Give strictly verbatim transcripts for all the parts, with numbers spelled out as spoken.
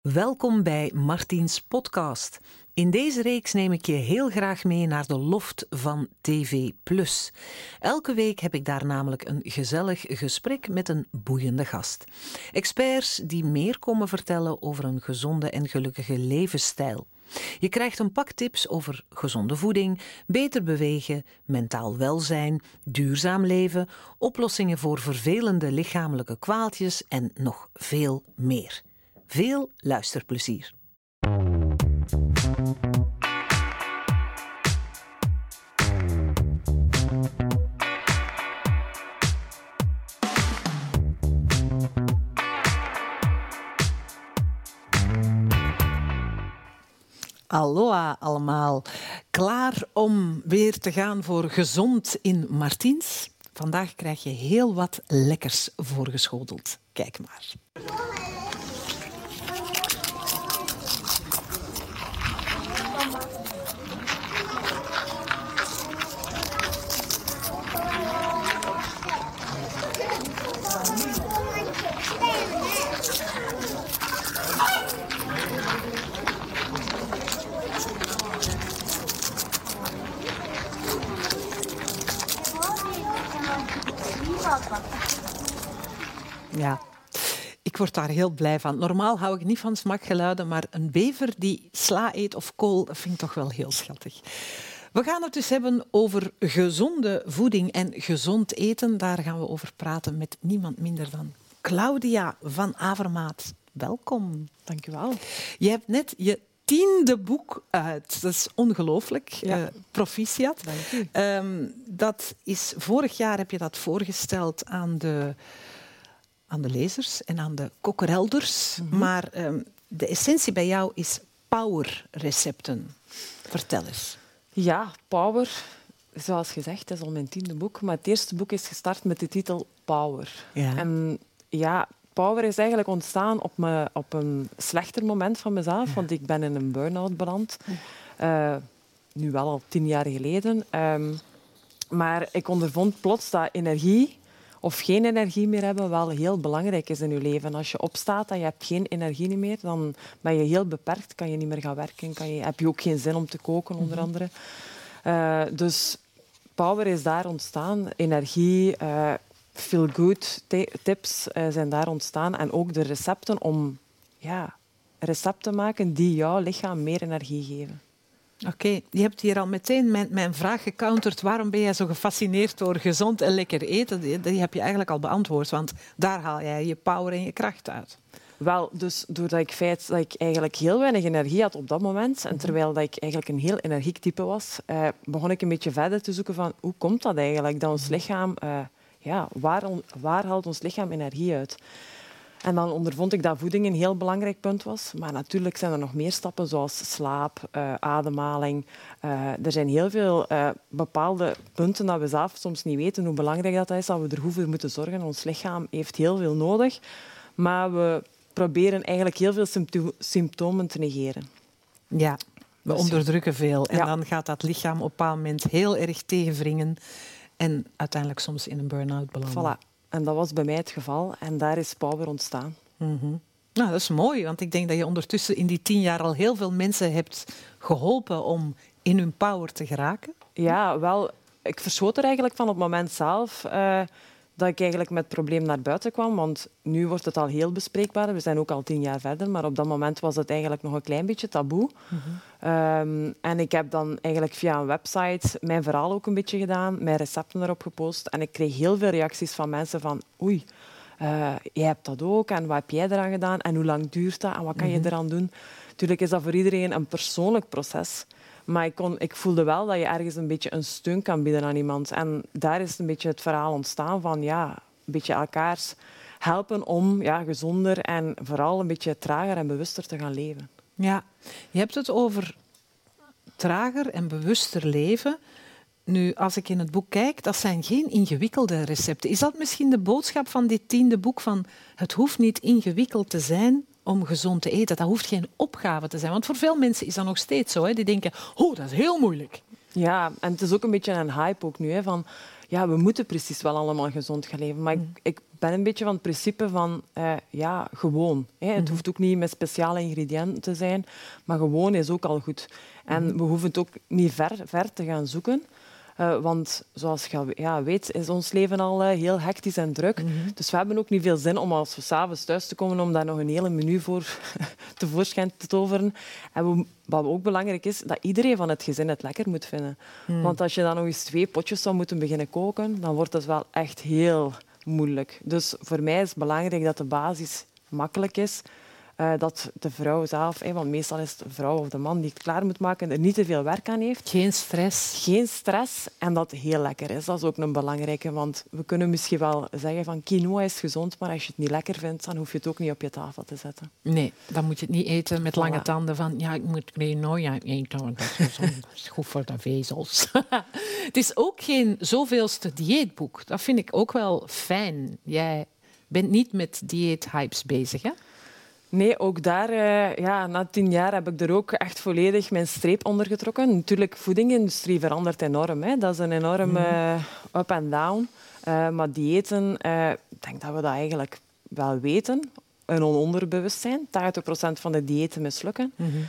Welkom bij Martiens podcast. In deze reeks neem ik je heel graag mee naar de loft van T V plus. Elke week heb ik daar namelijk een gezellig gesprek met een boeiende gast. Experts die meer komen vertellen over een gezonde en gelukkige levensstijl. Je krijgt een pak tips over gezonde voeding, beter bewegen, mentaal welzijn, duurzaam leven, oplossingen voor vervelende lichamelijke kwaaltjes en nog veel meer. Veel luisterplezier. Aloha allemaal. Klaar om weer te gaan voor gezond in Martiens? Vandaag krijg je heel wat lekkers voorgeschoteld. Kijk maar. Ja, ik word daar heel blij van. Normaal hou ik niet van smakgeluiden, maar een bever die sla eet of kool, dat vind ik toch wel heel schattig. We gaan het dus hebben over gezonde voeding en gezond eten. Daar gaan we over praten met niemand minder dan Claudia van Avermaat. Welkom. Dank u wel. Je hebt net je tiende boek uit. Dat is ongelooflijk. Ja. Uh, proficiat. Dank u. Um, dat is, vorig jaar heb je dat voorgesteld aan de... aan de lezers en aan de kokkerelders. Mm-hmm. Maar um, de essentie bij jou is powerrecepten. Vertel eens. Ja, Power, zoals gezegd, dat is al mijn tiende boek. Maar het eerste boek is gestart met de titel Power. Ja. En ja, Power is eigenlijk ontstaan op, me, op een slechter moment van mezelf. Ja. Want ik ben in een burn-out beland. Uh, nu wel al tien jaar geleden. Um, maar ik ondervond plots dat energie... of geen energie meer hebben wel heel belangrijk is in je leven. Als je opstaat en je hebt geen energie meer, dan ben je heel beperkt. Kan je niet meer gaan werken. Kan je, heb je ook geen zin om te koken, onder andere. Uh, dus Power is daar ontstaan. Energie, uh, feel-good tips uh, zijn daar ontstaan. En ook de recepten om ja, recepten te maken die jouw lichaam meer energie geven. Oké, okay. Je hebt hier al meteen mijn, mijn vraag gecounterd. Waarom ben jij zo gefascineerd door gezond en lekker eten? Die, die heb je eigenlijk al beantwoord, want daar haal jij je power en je kracht uit. Wel, dus doordat ik feit dat ik eigenlijk heel weinig energie had op dat moment, en terwijl dat ik eigenlijk een heel energiek type was, eh, begon ik een beetje verder te zoeken van hoe komt dat eigenlijk, dat ons lichaam, uh, ja, waar, on, waar haalt ons lichaam energie uit? En dan ondervond ik dat voeding een heel belangrijk punt was. Maar natuurlijk zijn er nog meer stappen, zoals slaap, uh, ademhaling. Uh, er zijn heel veel uh, bepaalde punten dat we zelf soms niet weten hoe belangrijk dat is, dat we er goed voor moeten zorgen. Ons lichaam heeft heel veel nodig, maar we proberen eigenlijk heel veel sympto- symptomen te negeren. Ja, we dus onderdrukken veel. En ja. dan gaat dat lichaam op een bepaald moment heel erg tegenwringen en uiteindelijk soms in een burn-out belanden. Voilà. En dat was bij mij het geval. En daar is Power ontstaan. Mm-hmm. Nou, dat is mooi, want ik denk dat je ondertussen in die tien jaar al heel veel mensen hebt geholpen om in hun power te geraken. Ja, wel, ik verschoot er eigenlijk van op het moment zelf uh, dat ik eigenlijk met het probleem naar buiten kwam. Want nu wordt het al heel bespreekbaar. We zijn ook al tien jaar verder, maar op dat moment was het eigenlijk nog een klein beetje taboe. Mm-hmm. Um, en ik heb dan eigenlijk via een website mijn verhaal ook een beetje gedaan, mijn recepten erop gepost. En ik kreeg heel veel reacties van mensen van oei, uh, jij hebt dat ook en wat heb jij eraan gedaan en hoe lang duurt dat en wat kan je eraan doen? Natuurlijk is dat voor iedereen een persoonlijk proces. Maar ik, kon, ik voelde wel dat je ergens een beetje een steun kan bieden aan iemand. En daar is een beetje het verhaal ontstaan van ja, een beetje elkaars helpen om ja, gezonder en vooral een beetje trager en bewuster te gaan leven. Ja, je hebt het over trager en bewuster leven. Nu, als ik in het boek kijk, dat zijn geen ingewikkelde recepten. Is dat misschien de boodschap van dit tiende boek? Van het hoeft niet ingewikkeld te zijn om gezond te eten. Dat hoeft geen opgave te zijn. Want voor veel mensen is dat nog steeds zo. Hè? Die denken, oh, dat is heel moeilijk. Ja, en het is ook een beetje een hype ook nu. Hè, van, ja, we moeten precies wel allemaal gezond gaan leven. Maar ik, ik ben een beetje van het principe van uh, ja, gewoon. Hè. Het Mm-hmm. hoeft ook niet met speciale ingrediënten te zijn, maar gewoon is ook al goed. En mm-hmm. we hoeven het ook niet ver, ver te gaan zoeken. Uh, want zoals je ja, weet, is ons leven al uh, heel hectisch en druk. Mm-hmm. Dus we hebben ook niet veel zin om als we s'avonds thuis te komen om daar nog een hele menu voor tevoorschijn te toveren. En we, wat ook belangrijk is, dat iedereen van het gezin het lekker moet vinden. Mm. Want als je dan nog eens twee potjes zou moeten beginnen koken, dan wordt het wel echt heel moeilijk. Dus voor mij is het belangrijk dat de basis makkelijk is. Uh, dat de vrouw zelf, hè, want meestal is het de vrouw of de man die het klaar moet maken en er niet te veel werk aan heeft. Geen stress. Geen stress en dat het heel lekker is. Dat is ook een belangrijke, want we kunnen misschien wel zeggen van quinoa is gezond, maar als je het niet lekker vindt, dan hoef je het ook niet op je tafel te zetten. Nee, dan moet je het niet eten met lange voilà. tanden van ja, ik moet quinoa eten, want dat is gezond. Dat is goed voor de vezels. Het is ook geen zoveelste dieetboek. Dat vind ik ook wel fijn. Jij bent niet met dieethypes bezig, hè? Nee, ook daar, uh, ja, na tien jaar heb ik er ook echt volledig mijn streep onder getrokken. Natuurlijk, de voedingsindustrie verandert enorm. Hè. Dat is een enorm uh, up en down. Uh, maar diëten, uh, ik denk dat we dat eigenlijk wel weten. Een onderbewustzijn. tachtig procent van de diëten mislukken. Mm-hmm.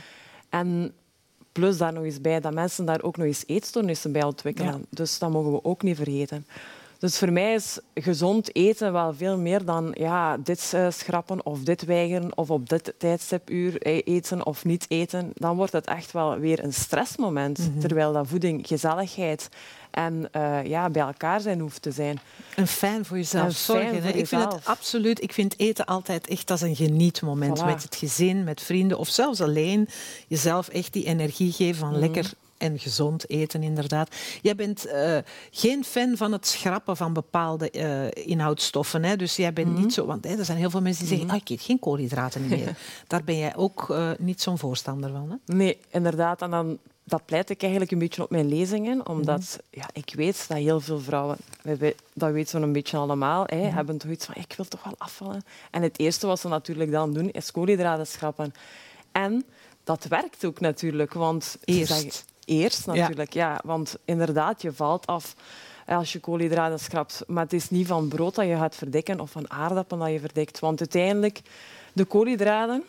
En plus daar nog eens bij dat mensen daar ook nog eens eetstoornissen bij ontwikkelen. Ja. Dus dat mogen we ook niet vergeten. Dus voor mij is gezond eten wel veel meer dan ja, dit uh, schrappen of dit weigeren of op dit tijdstipuur eten of niet eten. Dan wordt het echt wel weer een stressmoment. Mm-hmm. Terwijl dat voeding gezelligheid en uh, ja, bij elkaar zijn hoeft te zijn. En fijn voor jezelf zorgen. Voor jezelf. Ik vind het absoluut. Ik vind eten altijd echt als een genietmoment. Voilà. Met het gezin, met vrienden of zelfs alleen. Jezelf echt die energie geven van mm. lekker en gezond eten, inderdaad. Jij bent uh, geen fan van het schrappen van bepaalde uh, inhoudstoffen. Hè? Dus jij bent mm-hmm. niet zo... Want hè, er zijn heel veel mensen die zeggen, mm-hmm. ah, ik eet geen koolhydraten niet meer. Daar ben jij ook uh, niet zo'n voorstander van, hè? Nee, inderdaad. En dan, dat pleit ik eigenlijk een beetje op mijn lezingen. Omdat mm-hmm. ja, ik weet dat heel veel vrouwen... Dat weten we een beetje allemaal. Hè, mm-hmm. Hebben toch iets van, ik wil toch wel afvallen. En het eerste wat ze natuurlijk dan doen, is koolhydraten schrappen. En dat werkt ook natuurlijk. Want Eerst... Eerst natuurlijk, ja. ja. Want inderdaad, je valt af als je koolhydraten schrapt. Maar het is niet van brood dat je gaat verdikken of van aardappelen dat je verdikt. Want uiteindelijk, de koolhydraten,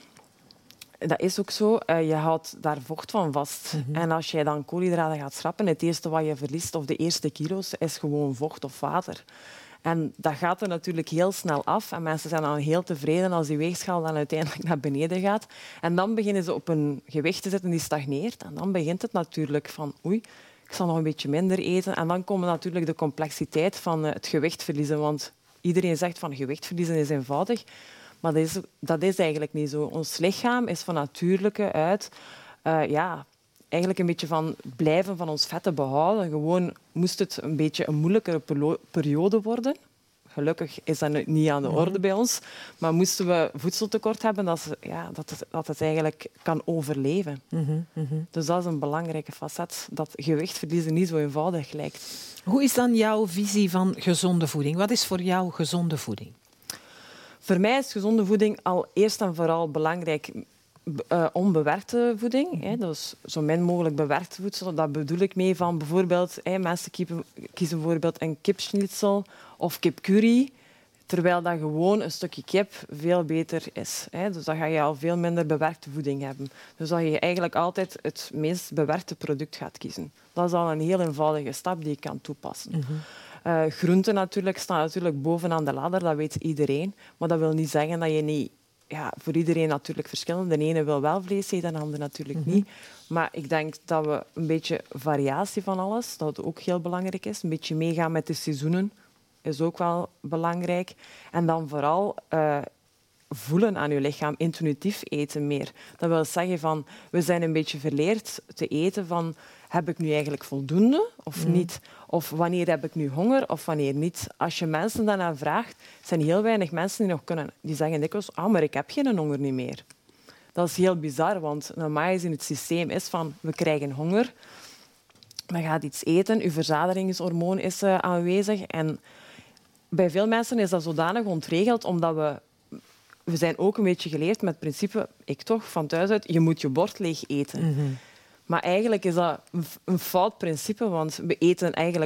dat is ook zo, je houdt daar vocht van vast. Mm-hmm. En als jij dan koolhydraten gaat schrappen, het eerste wat je verliest, of de eerste kilo's, is gewoon vocht of water. En dat gaat er natuurlijk heel snel af. En mensen zijn dan heel tevreden als die weegschaal dan uiteindelijk naar beneden gaat. En dan beginnen ze op een gewicht te zitten die stagneert. En dan begint het natuurlijk van oei, ik zal nog een beetje minder eten. En dan komt natuurlijk de complexiteit van het gewicht verliezen. Want iedereen zegt van gewicht verliezen is eenvoudig. Maar dat is, dat is eigenlijk niet zo. Ons lichaam is van natuurlijke uit... Uh, ja, eigenlijk een beetje van blijven van ons vetten behouden. Gewoon moest het een beetje een moeilijkere periode worden. Gelukkig is dat niet aan de orde bij ons. Maar moesten we voedseltekort hebben, dat, ze, ja, dat, het, dat het eigenlijk kan overleven. Mm-hmm, mm-hmm. Dus dat is een belangrijke facet, dat gewicht verliezen niet zo eenvoudig lijkt. Hoe is dan jouw visie van gezonde voeding? Wat is voor jou gezonde voeding? Voor mij is gezonde voeding al eerst en vooral belangrijk... Uh, onbewerkte voeding, hè, dus zo min mogelijk bewerkt voedsel. Dat bedoel ik mee van bijvoorbeeld, hè, mensen kiezen, kiezen bijvoorbeeld een kipschnitzel of kipcurry, terwijl dat gewoon een stukje kip veel beter is. Hè. Dus dan ga je al veel minder bewerkte voeding hebben. Dus dat je eigenlijk altijd het meest bewerkte product gaat kiezen. Dat is al een heel eenvoudige stap die je kan toepassen. Mm-hmm. Uh, groenten natuurlijk staan natuurlijk bovenaan de ladder, dat weet iedereen. Maar dat wil niet zeggen dat je niet... Ja, voor iedereen natuurlijk verschillend. De ene wil wel vlees eten, de andere natuurlijk mm-hmm. niet. Maar ik denk dat we een beetje variatie van alles, dat ook heel belangrijk is. Een beetje meegaan met de seizoenen is ook wel belangrijk. En dan vooral uh, voelen aan je lichaam, intuïtief eten meer. Dat wil zeggen van, we zijn een beetje verleerd te eten van, heb ik nu eigenlijk voldoende of mm. niet? Of wanneer heb ik nu honger of wanneer niet? Als je mensen daarna vraagt, zijn heel weinig mensen die nog kunnen... Die zeggen dikwijls, ah, maar ik heb geen honger niet meer. Dat is heel bizar, want normaal gezien het systeem is van, we krijgen honger, we gaan iets eten, uw verzadigingshormoon is uh, aanwezig. En bij veel mensen is dat zodanig ontregeld, omdat we... We zijn ook een beetje geleerd met het principe, ik toch, van thuis uit, je moet je bord leeg eten. Mm-hmm. Maar eigenlijk is dat een fout principe, want we eten eigenlijk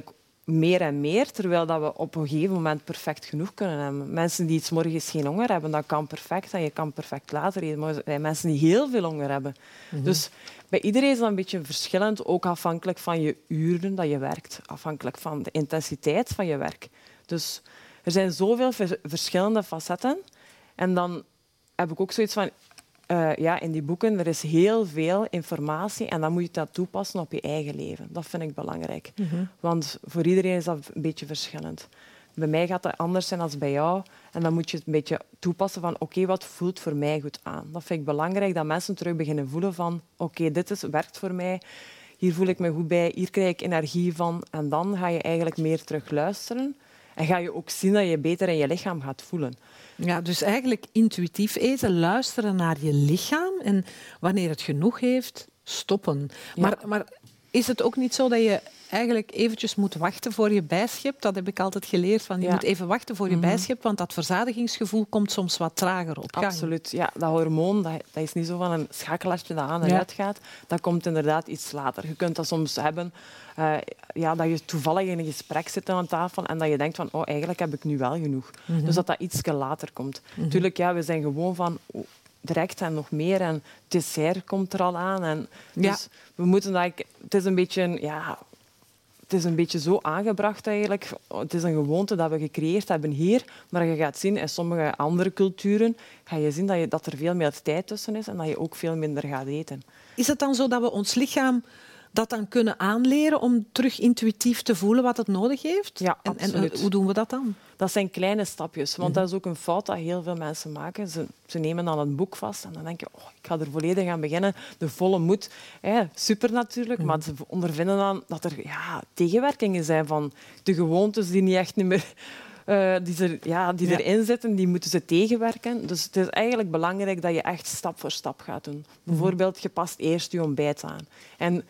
meer en meer, terwijl dat we op een gegeven moment perfect genoeg kunnen hebben. Mensen die 's morgens geen honger hebben, dat kan perfect en je kan perfect later eten. Maar er zijn mensen die heel veel honger hebben. Mm-hmm. Dus bij iedereen is dat een beetje verschillend, ook afhankelijk van je uren dat je werkt, afhankelijk van de intensiteit van je werk. Dus er zijn zoveel vers- verschillende facetten. En dan heb ik ook zoiets van... Uh, ja, in die boeken er is heel veel informatie en dan moet je dat toepassen op je eigen leven. Dat vind ik belangrijk. Mm-hmm. Want voor iedereen is dat een beetje verschillend. Bij mij gaat dat anders zijn dan bij jou. En dan moet je het een beetje toepassen van oké, okay, wat voelt voor mij goed aan? Dat vind ik belangrijk, dat mensen terug beginnen voelen van oké, okay, dit is, werkt voor mij. Hier voel ik me goed bij, hier krijg ik energie van. En dan ga je eigenlijk meer terug luisteren. En ga je ook zien dat je beter in je lichaam gaat voelen. Ja, dus eigenlijk intuïtief eten, luisteren naar je lichaam en wanneer het genoeg heeft, stoppen. Ja. Maar, maar is het ook niet zo dat je eigenlijk eventjes moet wachten voor je bijschept? Dat heb ik altijd geleerd. Van, je ja. moet even wachten voor je mm-hmm. bijschept, want dat verzadigingsgevoel komt soms wat trager op gang. Absoluut. Ja, dat hormoon, dat, dat is niet zo van een schakelaartje dat aan en ja. uit gaat. Dat komt inderdaad iets later. Je kunt dat soms hebben... Uh, ja, dat je toevallig in een gesprek zit aan tafel en dat je denkt van, oh, eigenlijk heb ik nu wel genoeg. Mm-hmm. Dus dat dat iets later komt. Mm-hmm. Tuurlijk, ja, we zijn gewoon van oh, direct en nog meer en het dessert komt er al aan. En dus ja. we moeten dat... Het is een beetje... Ja, het is een beetje zo aangebracht eigenlijk. Het is een gewoonte dat we gecreëerd hebben hier. Maar je gaat zien, in sommige andere culturen ga je zien dat, je, dat er veel meer tijd tussen is en dat je ook veel minder gaat eten. Is het dan zo dat we ons lichaam dat dan kunnen aanleren om terug intuïtief te voelen wat het nodig heeft? Ja, en, absoluut. En hoe doen we dat dan? Dat zijn kleine stapjes, want mm-hmm. dat is ook een fout dat heel veel mensen maken. Ze, ze nemen dan een boek vast en dan denk je, oh, ik ga er volledig aan beginnen, de volle moed. Eh, super natuurlijk, mm-hmm. maar ze ondervinden dan dat er ja, tegenwerkingen zijn van de gewoontes die niet echt niet meer... Uh, die er, ja, die ja. erin zitten, die moeten ze tegenwerken. Dus het is eigenlijk belangrijk dat je echt stap voor stap gaat doen. Mm-hmm. Bijvoorbeeld, je past eerst je ontbijt aan. En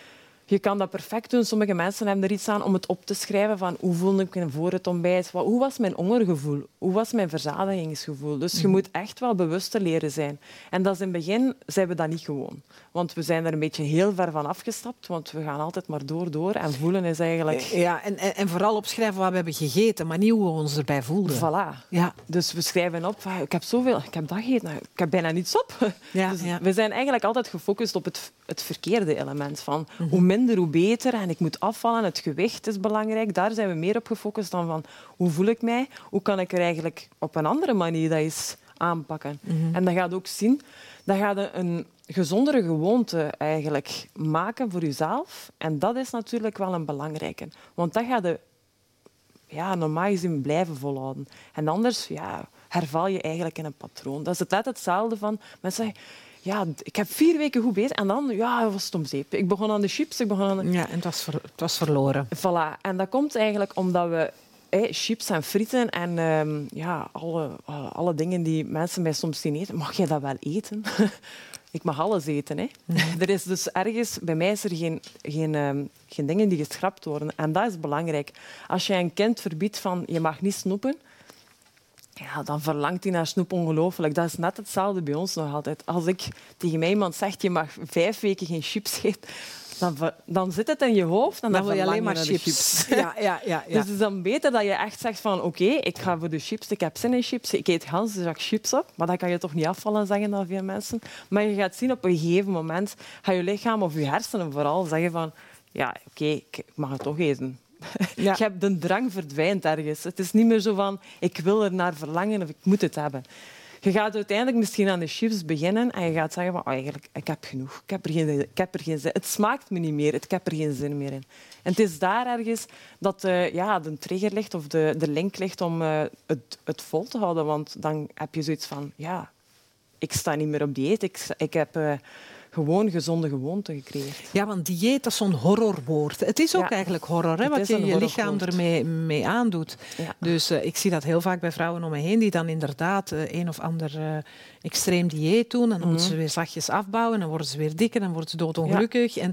je kan dat perfect doen. Sommige mensen hebben er iets aan om het op te schrijven van hoe voelde ik me voor het ontbijt? Hoe was mijn hongergevoel? Hoe was mijn verzadigingsgevoel? Dus je moet echt wel bewust te leren zijn. En dat is in het begin zijn we dat niet gewoon. Want we zijn er een beetje heel ver van afgestapt, want we gaan altijd maar door, door. En voelen is eigenlijk... Ja, en, en, en vooral opschrijven wat we hebben gegeten, maar niet hoe we ons erbij voelden. Voilà. Ja. Dus we schrijven op, ik heb zoveel, ik heb dat gegeten, ik heb bijna niets op. Ja, dus ja. We zijn eigenlijk altijd gefocust op het, het verkeerde element van mm-hmm. hoe minder, hoe beter. En ik moet afvallen, het gewicht is belangrijk. Daar zijn we meer op gefocust dan van hoe voel ik mij? Hoe kan ik er eigenlijk op een andere manier dat eens aanpakken? Mm-hmm. En dan ga je ook zien, dan ga je een gezondere gewoonte eigenlijk maken voor jezelf. En dat is natuurlijk wel een belangrijke. Want dat ga je ja, normaal gezien blijven volhouden. En anders ja, herval je eigenlijk in een patroon. Dat is het net hetzelfde van... Mensen zeggen, ja, ik heb vier weken goed bezig en dan ja, was het om zeep. Ik begon aan de chips, ik begon aan de... Ja, en het was, ver, het was verloren. Voilà. En dat komt eigenlijk omdat we eh, chips en frieten en um, ja, alle, uh, alle dingen die mensen mij soms zien eten, mag jij dat wel eten? Ik mag alles eten. Hè. Mm-hmm. Er is dus ergens, bij mij is er geen, geen, um, geen dingen die geschrapt worden. En dat is belangrijk. Als je een kind verbiedt van je mag niet snoepen, ja, dan verlangt hij naar snoep ongelooflijk. Dat is net hetzelfde bij ons nog altijd. Als ik tegen mij iemand zegt je mag vijf weken geen chips eten, dan, dan zit het in je hoofd en dan, dan wil je alleen maar chips. chips. Ja, ja, ja, ja. Dus het is dan beter dat je echt zegt van oké, okay, ik ga voor de chips, ik heb zin in chips, ik eet gans de zak chips op, maar dan kan je toch niet afvallen, zeggen dan veel mensen. Maar je gaat zien, op een gegeven moment gaat je lichaam of je hersenen vooral zeggen van ja, oké, okay, ik mag het toch eten. Ja. Je hebt de drang verdwijnt ergens. Het is niet meer zo van ik wil er naar verlangen of ik moet het hebben. Je gaat uiteindelijk misschien aan de chips beginnen en je gaat zeggen van oh, eigenlijk, ik heb genoeg. Ik heb, er geen, ik heb er geen zin. Het smaakt me niet meer. Ik heb er geen zin meer in. En het is daar ergens dat uh, ja, de trigger ligt of de, de link ligt om uh, het, het vol te houden. Want dan heb je zoiets van ja, ik sta niet meer op dieet. Ik, ik heb... Uh, gewoon gezonde gewoonten gecreëerd. Ja, want dieet, dat is zo'n horrorwoord. Het is ook ja, eigenlijk horror, hè, wat je je lichaam ermee mee aandoet. Ja. Dus uh, ik zie dat heel vaak bij vrouwen om me heen, die dan inderdaad uh, een of ander uh, extreem dieet doen. En dan mm-hmm. moeten ze weer zachtjes afbouwen, en dan worden ze weer dikker, en dan worden ze doodongelukkig. Ja. En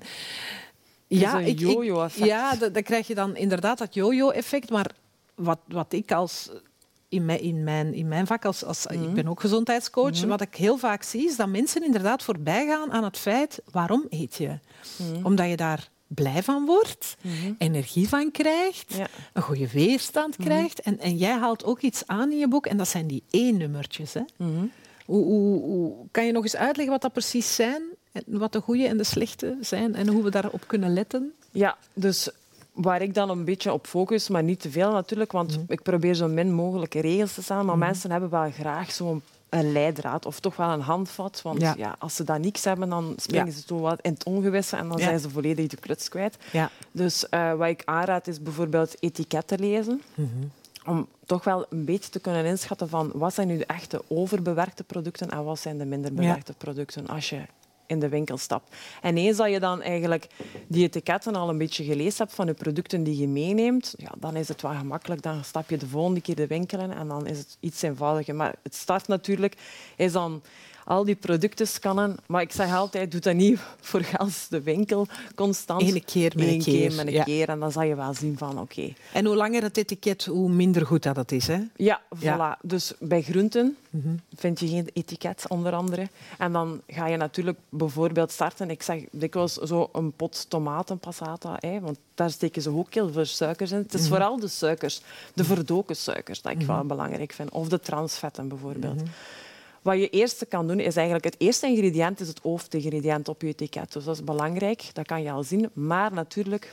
ja, een yo-yo-effect. Ja, dan krijg je dan inderdaad dat yo-yo-effect. Maar wat, wat ik als... In mijn, in, mijn, in mijn vak, als, als, mm. ik ben ook gezondheidscoach, mm. wat ik heel vaak zie, is dat mensen inderdaad voorbij gaan aan het feit, waarom eet je? Mm. Omdat je daar blij van wordt, mm-hmm. energie van krijgt, ja. een goede weerstand mm-hmm. krijgt. En, en jij haalt ook iets aan in je boek en dat zijn die E-nummertjes. Hè? Mm-hmm. Hoe, hoe, hoe, kan je nog eens uitleggen wat dat precies zijn? Wat de goede en de slechte zijn en hoe we daarop kunnen letten? Ja, dus waar ik dan een beetje op focus, maar niet te veel natuurlijk, want mm. ik probeer zo min mogelijke regels te stellen, maar mm. mensen hebben wel graag zo'n een leidraad of toch wel een handvat. Want ja. Ja, als ze dat niks hebben, dan springen ja. ze zo wat in het ongewisse en dan ja. zijn ze volledig de kluts kwijt. Ja. Dus uh, wat ik aanraad is bijvoorbeeld etiketten lezen. Mm-hmm. Om toch wel een beetje te kunnen inschatten van wat zijn nu de echte overbewerkte producten en wat zijn de minder bewerkte ja. producten als je in de winkel stapt. En eens dat je dan eigenlijk die etiketten al een beetje gelezen hebt van de producten die je meeneemt, ja, dan is het wel gemakkelijk. Dan stap je de volgende keer de winkel in en dan is het iets eenvoudiger. Maar het start natuurlijk is dan al die producten scannen. Maar ik zeg altijd, doe dat niet voor gans de winkel constant. Eén keer met een Eén keer. keer met een ja. keer. En dan zal je wel zien van oké. Okay. En hoe langer het etiket, hoe minder goed dat het is, hè? Ja, voilà. Ja. Dus bij groenten mm-hmm. vind je geen etiket, onder andere. En dan ga je natuurlijk bijvoorbeeld starten. Ik zeg dikwijls zo een pot tomaten passata, hè, want daar steken ze ook heel veel suikers in. Het is mm-hmm. vooral de suikers, de verdoken suikers, dat ik mm-hmm. wel belangrijk vind. Of de transvetten bijvoorbeeld. Mm-hmm. Wat je eerst kan doen, is eigenlijk het eerste ingrediënt is het hoofdingrediënt op je etiket. Dus dat is belangrijk, dat kan je al zien. Maar natuurlijk,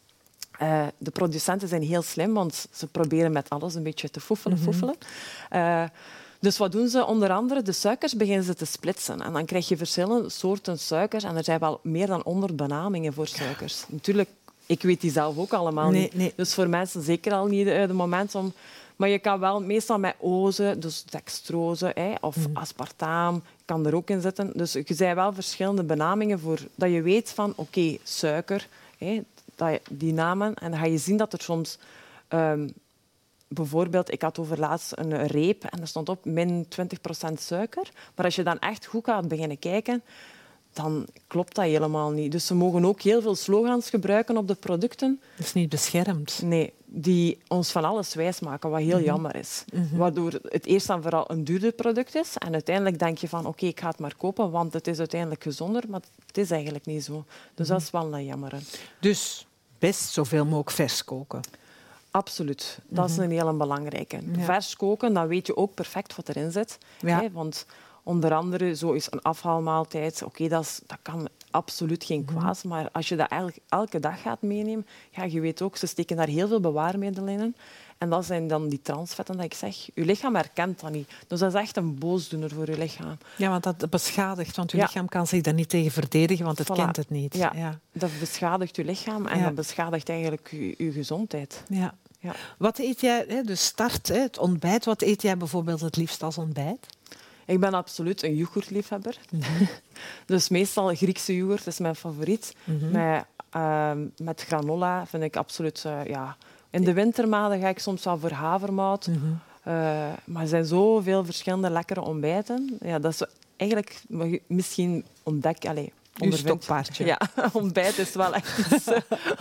uh, de producenten zijn heel slim, want ze proberen met alles een beetje te foefelen. Mm-hmm. foefelen. Uh, dus wat doen ze? Onder andere de suikers beginnen ze te splitsen. En dan krijg je verschillende soorten suikers. En er zijn wel meer dan honderd benamingen voor suikers. Natuurlijk, ik weet die zelf ook allemaal nee, niet. Nee. Dus voor mensen zeker al niet het moment om... Maar je kan wel meestal met oze, dus dextrose hè, of mm. aspartaam, kan er ook in zitten. Dus er zijn wel verschillende benamingen voor dat je weet van oké, okay, suiker, hè, dat je, die namen. En dan ga je zien dat er soms... Um, bijvoorbeeld, ik had overlaatst een reep en er stond op min twintig procent suiker. Maar als je dan echt goed gaat beginnen kijken, dan klopt dat helemaal niet. Dus ze mogen ook heel veel slogans gebruiken op de producten. Dat is niet beschermd. Nee, die ons van alles wijsmaken, wat heel mm-hmm. jammer is. Mm-hmm. Waardoor het eerst en vooral een duurder product is. En uiteindelijk denk je van, oké, okay, ik ga het maar kopen, want het is uiteindelijk gezonder. Maar het is eigenlijk niet zo. Dus mm-hmm. dat is wel een jammer. Dus best zoveel mogelijk vers koken. Absoluut. Dat mm-hmm. is een hele belangrijke. Ja. Vers koken, dan weet je ook perfect wat erin zit. Ja. Hè, want onder andere, zo is een afhaalmaaltijd. Oké, okay, dat, dat kan absoluut geen kwaad. Maar als je dat eigenlijk elke dag gaat meenemen, ja, je weet ook, ze steken daar heel veel bewaarmiddelen in. En dat zijn dan die transvetten dat ik zeg. Je lichaam herkent dat niet. Dus dat is echt een boosdoener voor je lichaam. Ja, want dat beschadigt. Want je ja. lichaam kan zich daar niet tegen verdedigen, want het voilà. kent het niet. Ja. Ja. Dat beschadigt je lichaam en ja. dat beschadigt eigenlijk je, je gezondheid. Ja. Ja. Wat eet jij, de start, het ontbijt, wat eet jij bijvoorbeeld het liefst als ontbijt? Ik ben absoluut een yoghurtliefhebber. Mm-hmm. Dus meestal Griekse yoghurt is mijn favoriet. Mm-hmm. Met, uh, met granola vind ik absoluut... Uh, ja. In de wintermaanden ga ik soms wel voor havermout. Mm-hmm. Uh, maar er zijn zoveel verschillende lekkere ontbijten. Ja, dat is eigenlijk misschien ontdek... Allez, Uw stokpaardje. Ja, ontbijt is wel echt iets... Uh,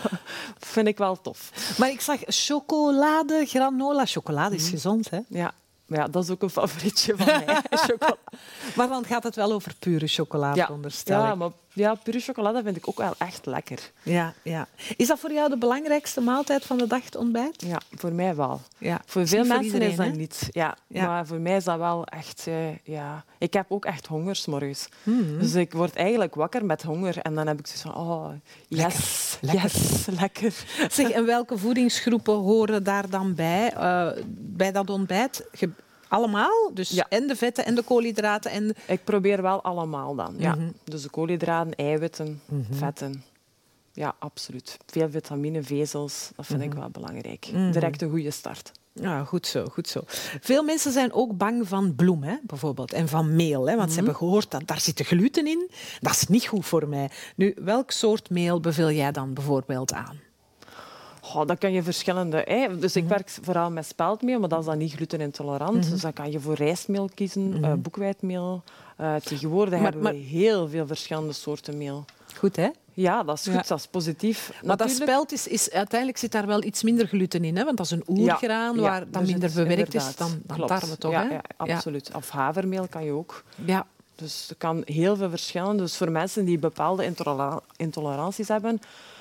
vind ik wel tof. Maar ik zag chocolade, granola. Chocolade is mm-hmm. gezond, hè? Ja. Ja, dat is ook een favorietje van mij. Maar dan gaat het wel over pure chocolade, ja. onderstel ja, ik. maar ja, pure chocolade vind ik ook wel echt lekker. Ja, ja. Is dat voor jou de belangrijkste maaltijd van de dag, het ontbijt? Ja, voor mij wel. Ja. Voor veel mensen voor iedereen, is dat hè? niet. Ja, ja. Maar voor mij is dat wel echt... Uh, ja. Ik heb ook echt honger 's morgens. Mm-hmm. Dus ik word eigenlijk wakker met honger. En dan heb ik zoiets van... Oh, yes, lekker. yes, lekker. Zeg, en welke voedingsgroepen horen daar dan bij? Uh, bij dat ontbijt... Ge- Allemaal? Dus ja. En de vetten en de koolhydraten? En... Ik probeer wel allemaal dan. Ja. Mm-hmm. Dus de koolhydraten, eiwitten, mm-hmm. vetten. Ja, absoluut. Veel vitamine, vezels, dat vind mm-hmm. ik wel belangrijk. Mm-hmm. Direct een goede start. Ja, goed zo, goed zo. Veel mensen zijn ook bang van bloem, hè, bijvoorbeeld, en van meel. Hè, want mm-hmm. ze hebben gehoord dat daar zit gluten in. Dat is niet goed voor mij. Nu, welk soort meel beveel jij dan bijvoorbeeld aan? Oh, dat kan je verschillende... Hè. Dus ik werk vooral met speldmeel, maar dat is dan niet glutenintolerant. Mm-hmm. Dus dan kan je voor rijstmeel kiezen, mm-hmm. uh, boekwijdmeel. Uh, tegenwoordig maar, hebben we maar... heel veel verschillende soorten meel. Goed, hè? Ja, dat is goed, ja. dat is positief. Maar Natuurlijk... dat spelt is, is... Uiteindelijk zit daar wel iets minder gluten in, hè? Want dat is een oergraan ja, waar ja, dat minder bewerkt is dan, dan tarwe, toch? Ja, hè? ja, absoluut. Ja. Of havermeel kan je ook. Ja. Dus er kan heel veel verschillen. Dus voor mensen die bepaalde intoler- intoleranties hebben...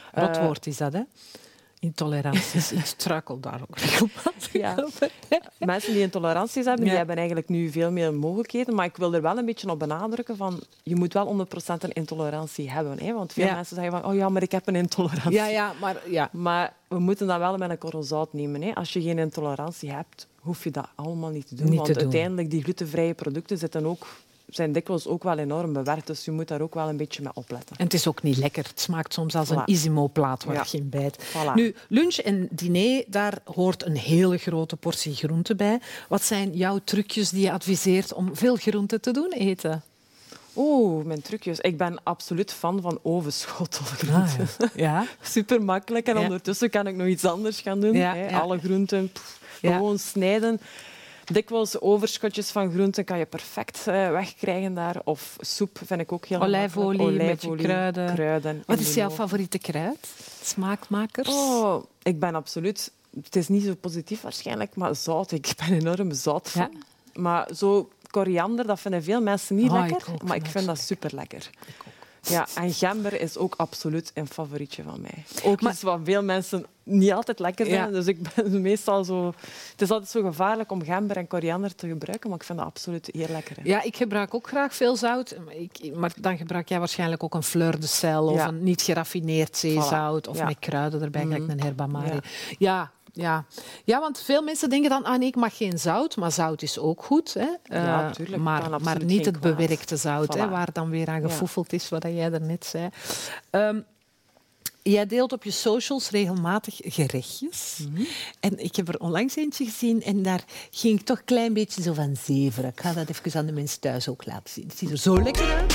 Rotwoord is dat, hè? Intoleranties. Ik struikel daar ook regelmatig Ja. over. Mensen die intoleranties hebben, Ja. die hebben eigenlijk nu veel meer mogelijkheden. Maar ik wil er wel een beetje op benadrukken van je moet wel honderd procent een intolerantie hebben. Hè? Want veel Ja. mensen zeggen van oh ja, maar ik heb een intolerantie. Ja, ja, maar ja. Maar we moeten dat wel met een korrel zout nemen. Hè? Als je geen intolerantie hebt, hoef je dat allemaal niet te doen. Niet want te doen. uiteindelijk, die glutenvrije producten zitten ook, zijn dikwijls ook wel enorm bewerkt. Dus je moet daar ook wel een beetje mee opletten. En het is ook niet lekker. Het smaakt soms als Voilà. een Isimo-plaat waar Ja. je in bijt. Voilà. Nu, lunch en diner, daar hoort een hele grote portie groente bij. Wat zijn jouw trucjes die je adviseert om veel groente te doen eten? Oeh, mijn trucjes. Ik ben absoluut fan van ovenschotelgroenten. Ah, ja. Ja. Super makkelijk. En Ja. ondertussen kan ik nog iets anders gaan doen. Ja, hè. ja. Alle groenten pff, Ja. gewoon snijden. Dikwijls overschotjes van groenten kan je perfect uh, wegkrijgen daar. Of soep vind ik ook heel Olijfolie, makkelijk. met je kruiden. kruiden Wat in is de jouw oven. favoriete kruid? Smaakmakers? Oh, ik ben absoluut... Het is niet zo positief waarschijnlijk, maar zout. Ik ben enorm zout van. Ja. Maar zo koriander, dat vinden veel mensen niet Oh, lekker. ik ook, maar ik vind vind dat dat super lekker. Ik ook. Ja, en gember is ook absoluut een favorietje van mij. Ook Maar- iets wat veel mensen niet altijd lekker vinden. Ja. Dus ik ben meestal zo... Het is altijd zo gevaarlijk om gember en koriander te gebruiken, maar ik vind dat absoluut heel lekker. Hè. Ja, ik gebruik ook graag veel zout. Maar, ik, maar dan gebruik jij waarschijnlijk ook een fleur de sel of Ja. een niet geraffineerd zeezout of Ja. met kruiden erbij, Mhm. gelijk een herbamari. Ja. Ja. Ja. ja, want veel mensen denken dan, ah nee, ik mag geen zout, maar zout is ook goed. Hè. Ja, Eh, tuurlijk. maar, Kan maar absoluut niet geen het kwaad. bewerkte zout, hè, Voilà. waar dan weer aan Ja. gefoefeld is, wat jij daarnet zei. Ehm, Jij deelt op je socials regelmatig gerechtjes. Mhm. En ik heb er onlangs eentje gezien en daar ging ik toch een klein beetje zo van zeveren. Ik ga dat even aan de mensen thuis ook laten zien. Het ziet er zo lekker uit.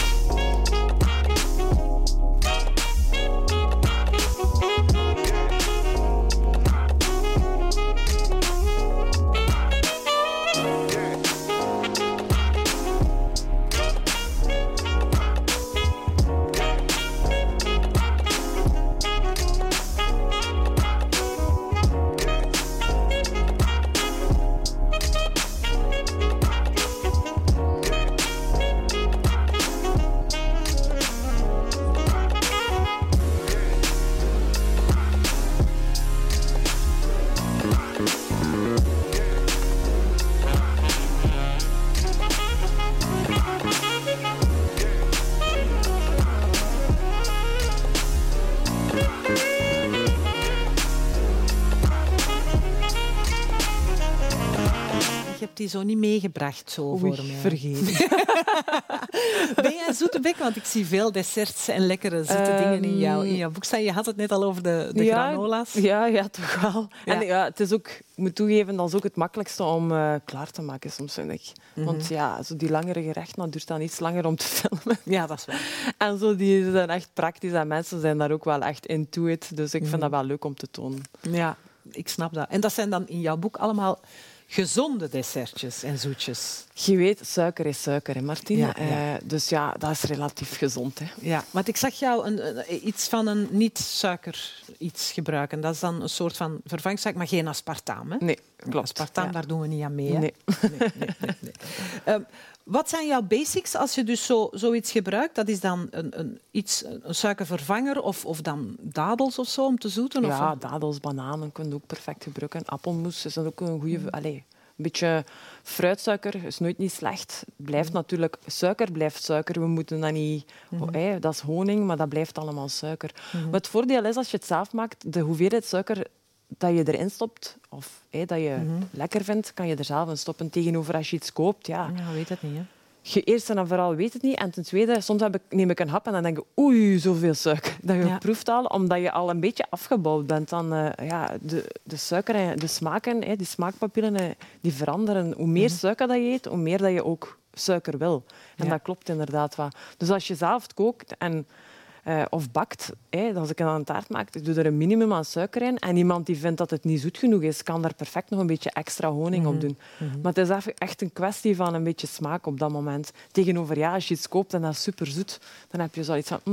Je hebt die zo niet meegebracht zo Oei, voor mij. vergeten. Ben jij een zoete bek? Want ik zie veel desserts en lekkere zoete Ehm, dingen in, jou, in jouw boek staan. Je had het net al over de, de Ja, granola's. Ja, ja, toch wel. Ja. En ja, het is ook, ik moet toegeven, dat is ook het makkelijkste om eh, klaar te maken soms, vind ik. Want ja, zo die langere gerechten, dat duurt dan iets langer om te filmen. Ja, dat is waar. En zo, die zijn echt praktisch en mensen zijn daar ook wel echt into it. Dus ik vind dat wel leuk om te tonen. Ja, ik snap dat. En dat zijn dan in jouw boek allemaal gezonde dessertjes en zoetjes. Je weet, suiker is suiker, hè, Martien. Ja, ja. Eh, dus ja, dat is relatief gezond. Hè. Ja, want ik zag jou een, een- iets van een niet-suiker iets gebruiken. Dat is dan een soort van vervangsuiker, maar geen aspartaam. Hè? Nee, klopt. Aspartaam, Ja. daar doen we niet aan mee. Hè? Nee. Nee, nee, nee, nee. Ehm, wat zijn jouw basics als je dus zo, zoiets gebruikt? Dat is dan een, een, iets, een suikervervanger of, of dan dadels of zo om te zoeten? Of Ja, een- dadels, bananen kun je ook perfect gebruiken. Appelmoes is dan ook een goede... Allee, een beetje fruitsuiker is nooit niet slecht. Blijft natuurlijk... Suiker blijft suiker. We moeten dat niet... hè, dat is honing, maar dat blijft allemaal suiker. Maar het voordeel is, als je het zelf maakt, de hoeveelheid suiker dat je erin stopt, of hè, dat je lekker vindt, kan je er zelf in stoppen. Tegenover als je iets koopt, ja... Ja, weet het niet. Hè? Je eerst en vooral weet het niet. En ten tweede, soms heb ik, neem ik een hap en dan denk ik, oei, zoveel suiker. Dat je Ja. proeft al, omdat je al een beetje afgebouwd bent. Dan, eh, ja, de, de suiker en de smaken, hè, die smaakpapillen, eh, die veranderen. Hoe meer suiker dat je eet, hoe meer dat je ook suiker wil. En Ja. dat klopt inderdaad wel. Dus als je zelf het kookt en, eh, of bakt, hè, als ik een taart maak, ik doe er een minimum aan suiker in. En iemand die vindt dat het niet zoet genoeg is, kan daar perfect nog een beetje extra honing op doen. Maar het is echt- echt een kwestie van een beetje smaak op dat moment. Tegenover, ja, als je iets koopt en dat is superzoet, dan heb je zoiets van, mm,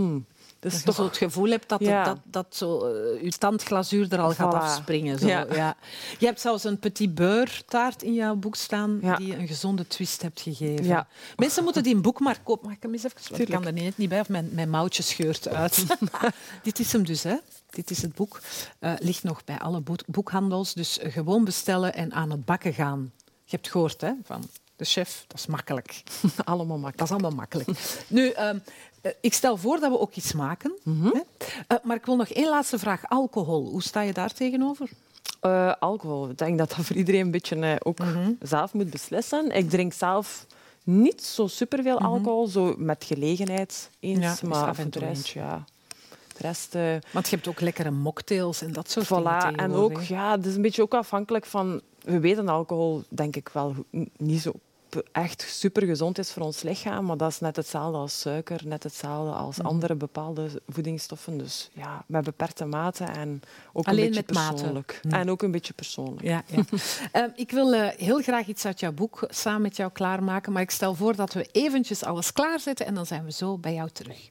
Dus Dat je toch zo het gevoel hebt dat, Ja. dat, dat zo, uh, je tandglazuur er al gaat Voilà. afspringen. Zo. Ja. Ja. Je hebt zelfs een petit beurre taart in jouw boek staan Ja. die je een gezonde twist hebt gegeven. Ja. Mensen moeten die een boek maar kopen. Mag ik hem eens even? Want ik Tuurlijk. kan er net niet bij of mijn, mijn mouwtje scheurt uit. Dit is hem dus, hè. Dit is het boek. Uh, ligt nog bij alle boek- boekhandels. Dus uh, gewoon bestellen en aan het bakken gaan. Je hebt gehoord, hè, van de chef. Dat is makkelijk. allemaal makkelijk. Dat is allemaal makkelijk. Nu, uh, uh, ik stel voor dat we ook iets maken. Mm-hmm. Hè? Uh, maar ik wil nog één laatste vraag. Alcohol. Hoe sta je daar tegenover? Uh, alcohol. Ik denk dat dat voor iedereen een beetje uh, ook Mm-hmm. zelf moet beslissen. Ik drink zelf niet zo superveel Mm-hmm. alcohol, zo met gelegenheid eens. Ja, is maar af en voor de toe rest, ja. De rest... Uh, Want je hebt ook lekkere mocktails en dat soort dingen Voilà, en tegenwoordig, ook, hè? ja, het is een beetje ook afhankelijk van... We weten dat alcohol, denk ik wel, go- niet zo p- echt super gezond is voor ons lichaam, maar dat is net hetzelfde als suiker, net hetzelfde als Mhm. andere bepaalde voedingsstoffen. Dus ja, met beperkte mate en ook Alleen een beetje met mate. persoonlijk. Mhm. En ook een beetje persoonlijk. Ja, ja. uh, ik wil uh, heel graag iets uit jouw boek samen met jou klaarmaken, maar ik stel voor dat we eventjes alles klaarzetten en dan zijn we zo bij jou terug.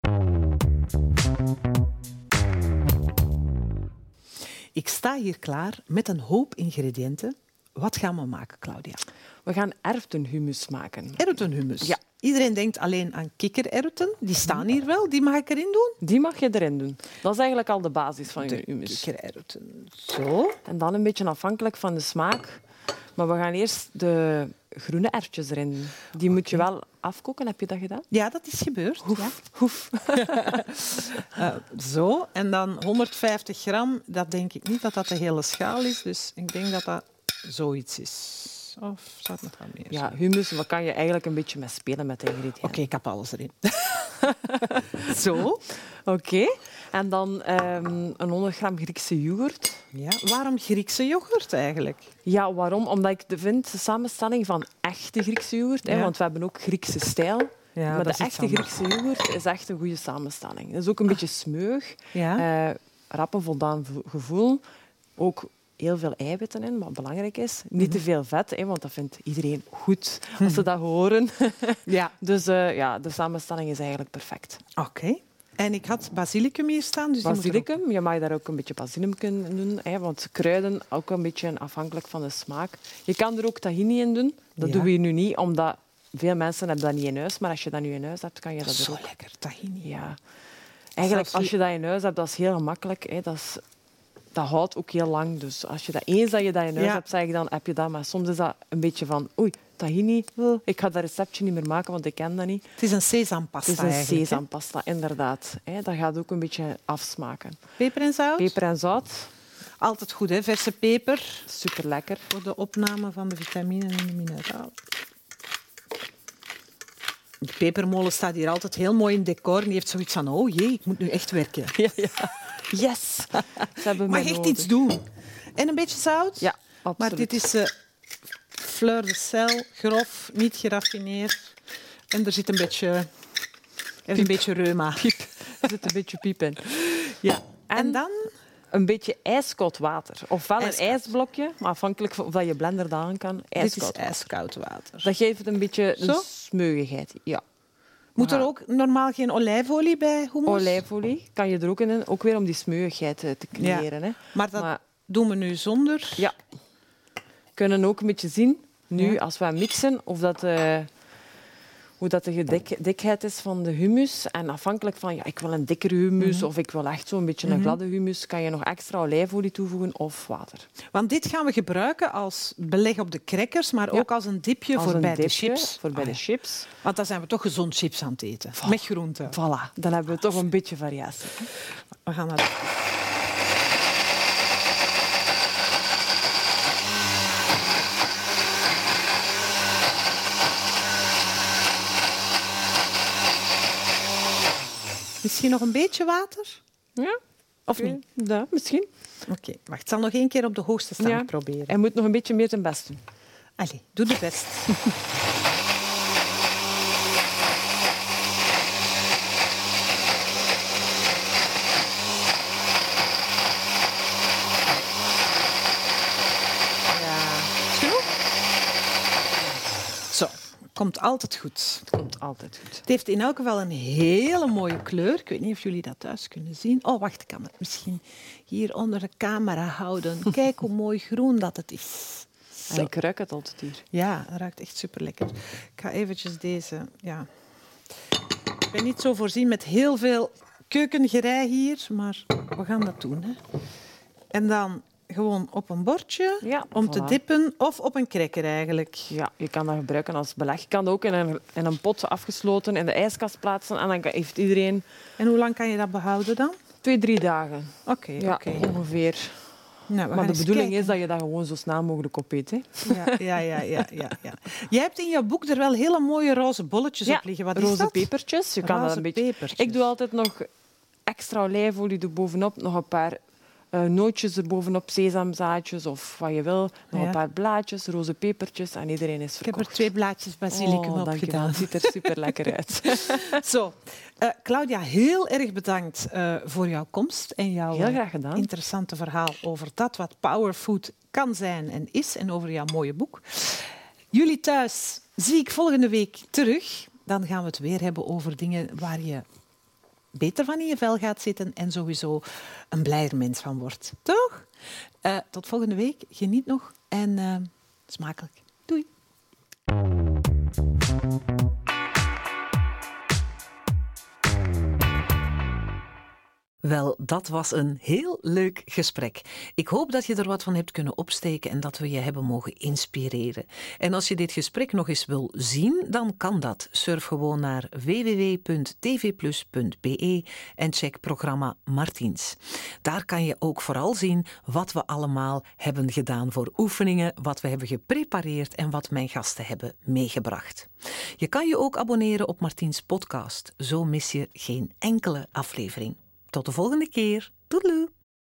Ik sta hier klaar met een hoop ingrediënten. Wat gaan we maken, Claudia? We gaan erwtenhummus maken. Erwtenhummus. Ja. Iedereen denkt alleen aan kikkererwten. Die staan hier wel. Die mag ik erin doen. Die mag je erin doen. Dat is eigenlijk al de basis van je De hummus. kikkererwten. Zo. En dan een beetje afhankelijk van de smaak. Maar we gaan eerst de groene erwtjes erin doen. Die moet je wel afkoken. Heb je dat gedaan? Ja, dat is gebeurd. Hoef. Ja. Hoef. Uh, zo. En dan honderdvijftig gram. Dat denk ik niet dat dat de hele schaal is. Dus ik denk dat dat zoiets is. Of zou het nog wel meer Ja, zijn? hummus, daar kan je eigenlijk een beetje mee spelen met de ingrediënten. Oké, ik heb alles erin. Zo. Oké. En dan ehm, een honderd gram Griekse yoghurt. Ja. Waarom Griekse yoghurt eigenlijk? Ja, waarom? Omdat ik de vind de samenstelling van echte Griekse yoghurt, hè, Ja. want we hebben ook Griekse stijl. Ja, maar dat de is iets echte anders. Griekse yoghurt is echt een goede samenstelling. Dat is ook een beetje smeuig. Ja. Eh, rap en voldaan vo- gevoel. Ook heel veel eiwitten in, wat belangrijk is. Niet te veel vet, hè, want dat vindt iedereen goed als ze dat horen. Ja. Dus uh, ja, de samenstelling is eigenlijk perfect. Oké. En ik had basilicum hier staan. Dus die moet er ook- Basilicum, je mag daar ook een beetje basilicum in doen, hè, want kruiden ook een beetje afhankelijk van de smaak. Je kan er ook tahini in doen. Dat Ja. doen we hier nu niet, omdat veel mensen hebben dat niet in huis. Maar als je dat nu in huis hebt, kan je Dat dat is er zo ook. lekker, tahini. Ja. Eigenlijk, Zelfs als je dat in huis hebt, dat is heel gemakkelijk. Hè. Dat, is, dat houdt ook heel lang. Dus als je dat eens dat je dat in huis Ja. hebt, zeg ik dan heb je dat. Maar soms is dat een beetje van, oei, tahini, oh, ik ga dat receptje niet meer maken, want ik ken dat niet. Het is een sesampasta Het is een eigenlijk, hè? sesampasta, inderdaad. Hè. Dat gaat ook een beetje afsmaken. Peper en zout. Peper en zout, Altijd goed, hè? Verse peper. super lekker. Voor de opname van de vitamine en de mineralen. De pepermolen staat hier altijd heel mooi in decor. En die heeft zoiets van, oh jee, ik moet nu echt werken. Ja, ja. Yes! Ze hebben Mag mij echt nodig. iets doen. En een beetje zout. Ja, absoluut. Maar dit is uh, fleur de sel, grof, niet geraffineerd. En er zit een beetje, er is een beetje reuma. piep. Er zit een beetje piep in. Ja. En, En dan? een beetje ijskoud water. Ofwel een Ijskoud. ijsblokje, maar afhankelijk van of dat je blender dat aan kan. Dit Ijskoud is water. ijskoud water. Dat geeft een beetje Zo? een smeugigheid. Ja. Moet er Ja. ook normaal geen olijfolie bij hummus? Olijfolie kan je er ook in doen, ook weer om die smeugigheid eh, te creëren. Hè. Maar dat Maar doen we nu zonder. ja, we kunnen ook een beetje zien, nu Ja. als we mixen, of dat, eh, hoe dat de dik, dikheid is van de hummus. En afhankelijk van, ja, ik wil een dikkere hummus Mhm. of ik wil echt zo'n beetje een gladde hummus, kan je nog extra olijfolie toevoegen of water. Want dit gaan we gebruiken als beleg op de crackers, maar Ja. ook als een dipje Als voor een bij de dipje chips. Voor bij Ah, de ja. chips. Want dan zijn we toch gezond chips aan het eten. Met groenten. Voilà, dan hebben we toch een beetje variatie. We gaan naar... Misschien nog een beetje water? Ja? Of niet? Ja, misschien. Oké, wacht. Ik zal nog één keer op de hoogste stand Ja. proberen. Hij moet nog een beetje meer zijn best doen. Allee, doe de best. Ja. Is genoeg? Zo, Komt altijd goed. Het komt altijd goed. Het heeft in elk geval een hele mooie kleur. Ik weet niet of jullie dat thuis kunnen zien. Oh, wacht, ik kan het misschien hier onder de camera houden. Kijk hoe mooi groen dat het is. En ik ruik het altijd hier. Ja, dat ruikt echt super lekker. Ik ga eventjes deze... Ja. Ik ben niet zo voorzien met heel veel keukengerei hier, maar we gaan dat doen. Hè. En dan gewoon op een bordje Ja, om voilà. te dippen of op een cracker eigenlijk. Ja, je kan dat gebruiken als beleg. Je kan dat ook in een, in een pot afgesloten in de ijskast plaatsen en dan heeft iedereen En hoe lang kan je dat behouden dan? twee, drie dagen. Oké, Ja, oké. ongeveer. Nou, we Maar gaan de eens bedoeling kijken. is dat je dat gewoon zo snel mogelijk opeet. Hè. Ja, ja, ja, ja, ja, ja. Jij hebt in je boek er wel hele mooie roze bolletjes Ja, op liggen. Wat is roze dat? pepertjes. Je kan dat Roze een beetje... pepertjes. Ik doe altijd nog extra olijfolie erbovenop, nog een paar uh, nootjes erbovenop, sesamzaadjes of wat je wil. Nog Ja. een paar blaadjes, roze pepertjes en iedereen is Ik heb verkocht. er twee blaadjes basilicum oh, op dankjewel. gedaan. Het ziet er super lekker uit. Zo, uh, Claudia, heel erg bedankt uh, voor jouw komst en jouw Heel graag gedaan. interessante verhaal over dat wat powerfood kan zijn en is en over jouw mooie boek. Jullie thuis zie ik volgende week terug. Dan gaan we het weer hebben over dingen waar je beter van in je vel gaat zitten en sowieso een blijer mens van wordt. Toch? Uh, tot volgende week. Geniet nog en uh, smakelijk. Doei. Wel, dat was een heel leuk gesprek. Ik hoop dat je er wat van hebt kunnen opsteken en dat we je hebben mogen inspireren. En als je dit gesprek nog eens wil zien, dan kan dat. Surf gewoon naar w w w punt t v plus punt b e en check programma Martiens. Daar kan je ook vooral zien wat we allemaal hebben gedaan voor oefeningen, wat we hebben geprepareerd en wat mijn gasten hebben meegebracht. Je kan je ook abonneren op Martiens podcast. Zo mis je geen enkele aflevering. Tot de volgende keer. Doedeloe!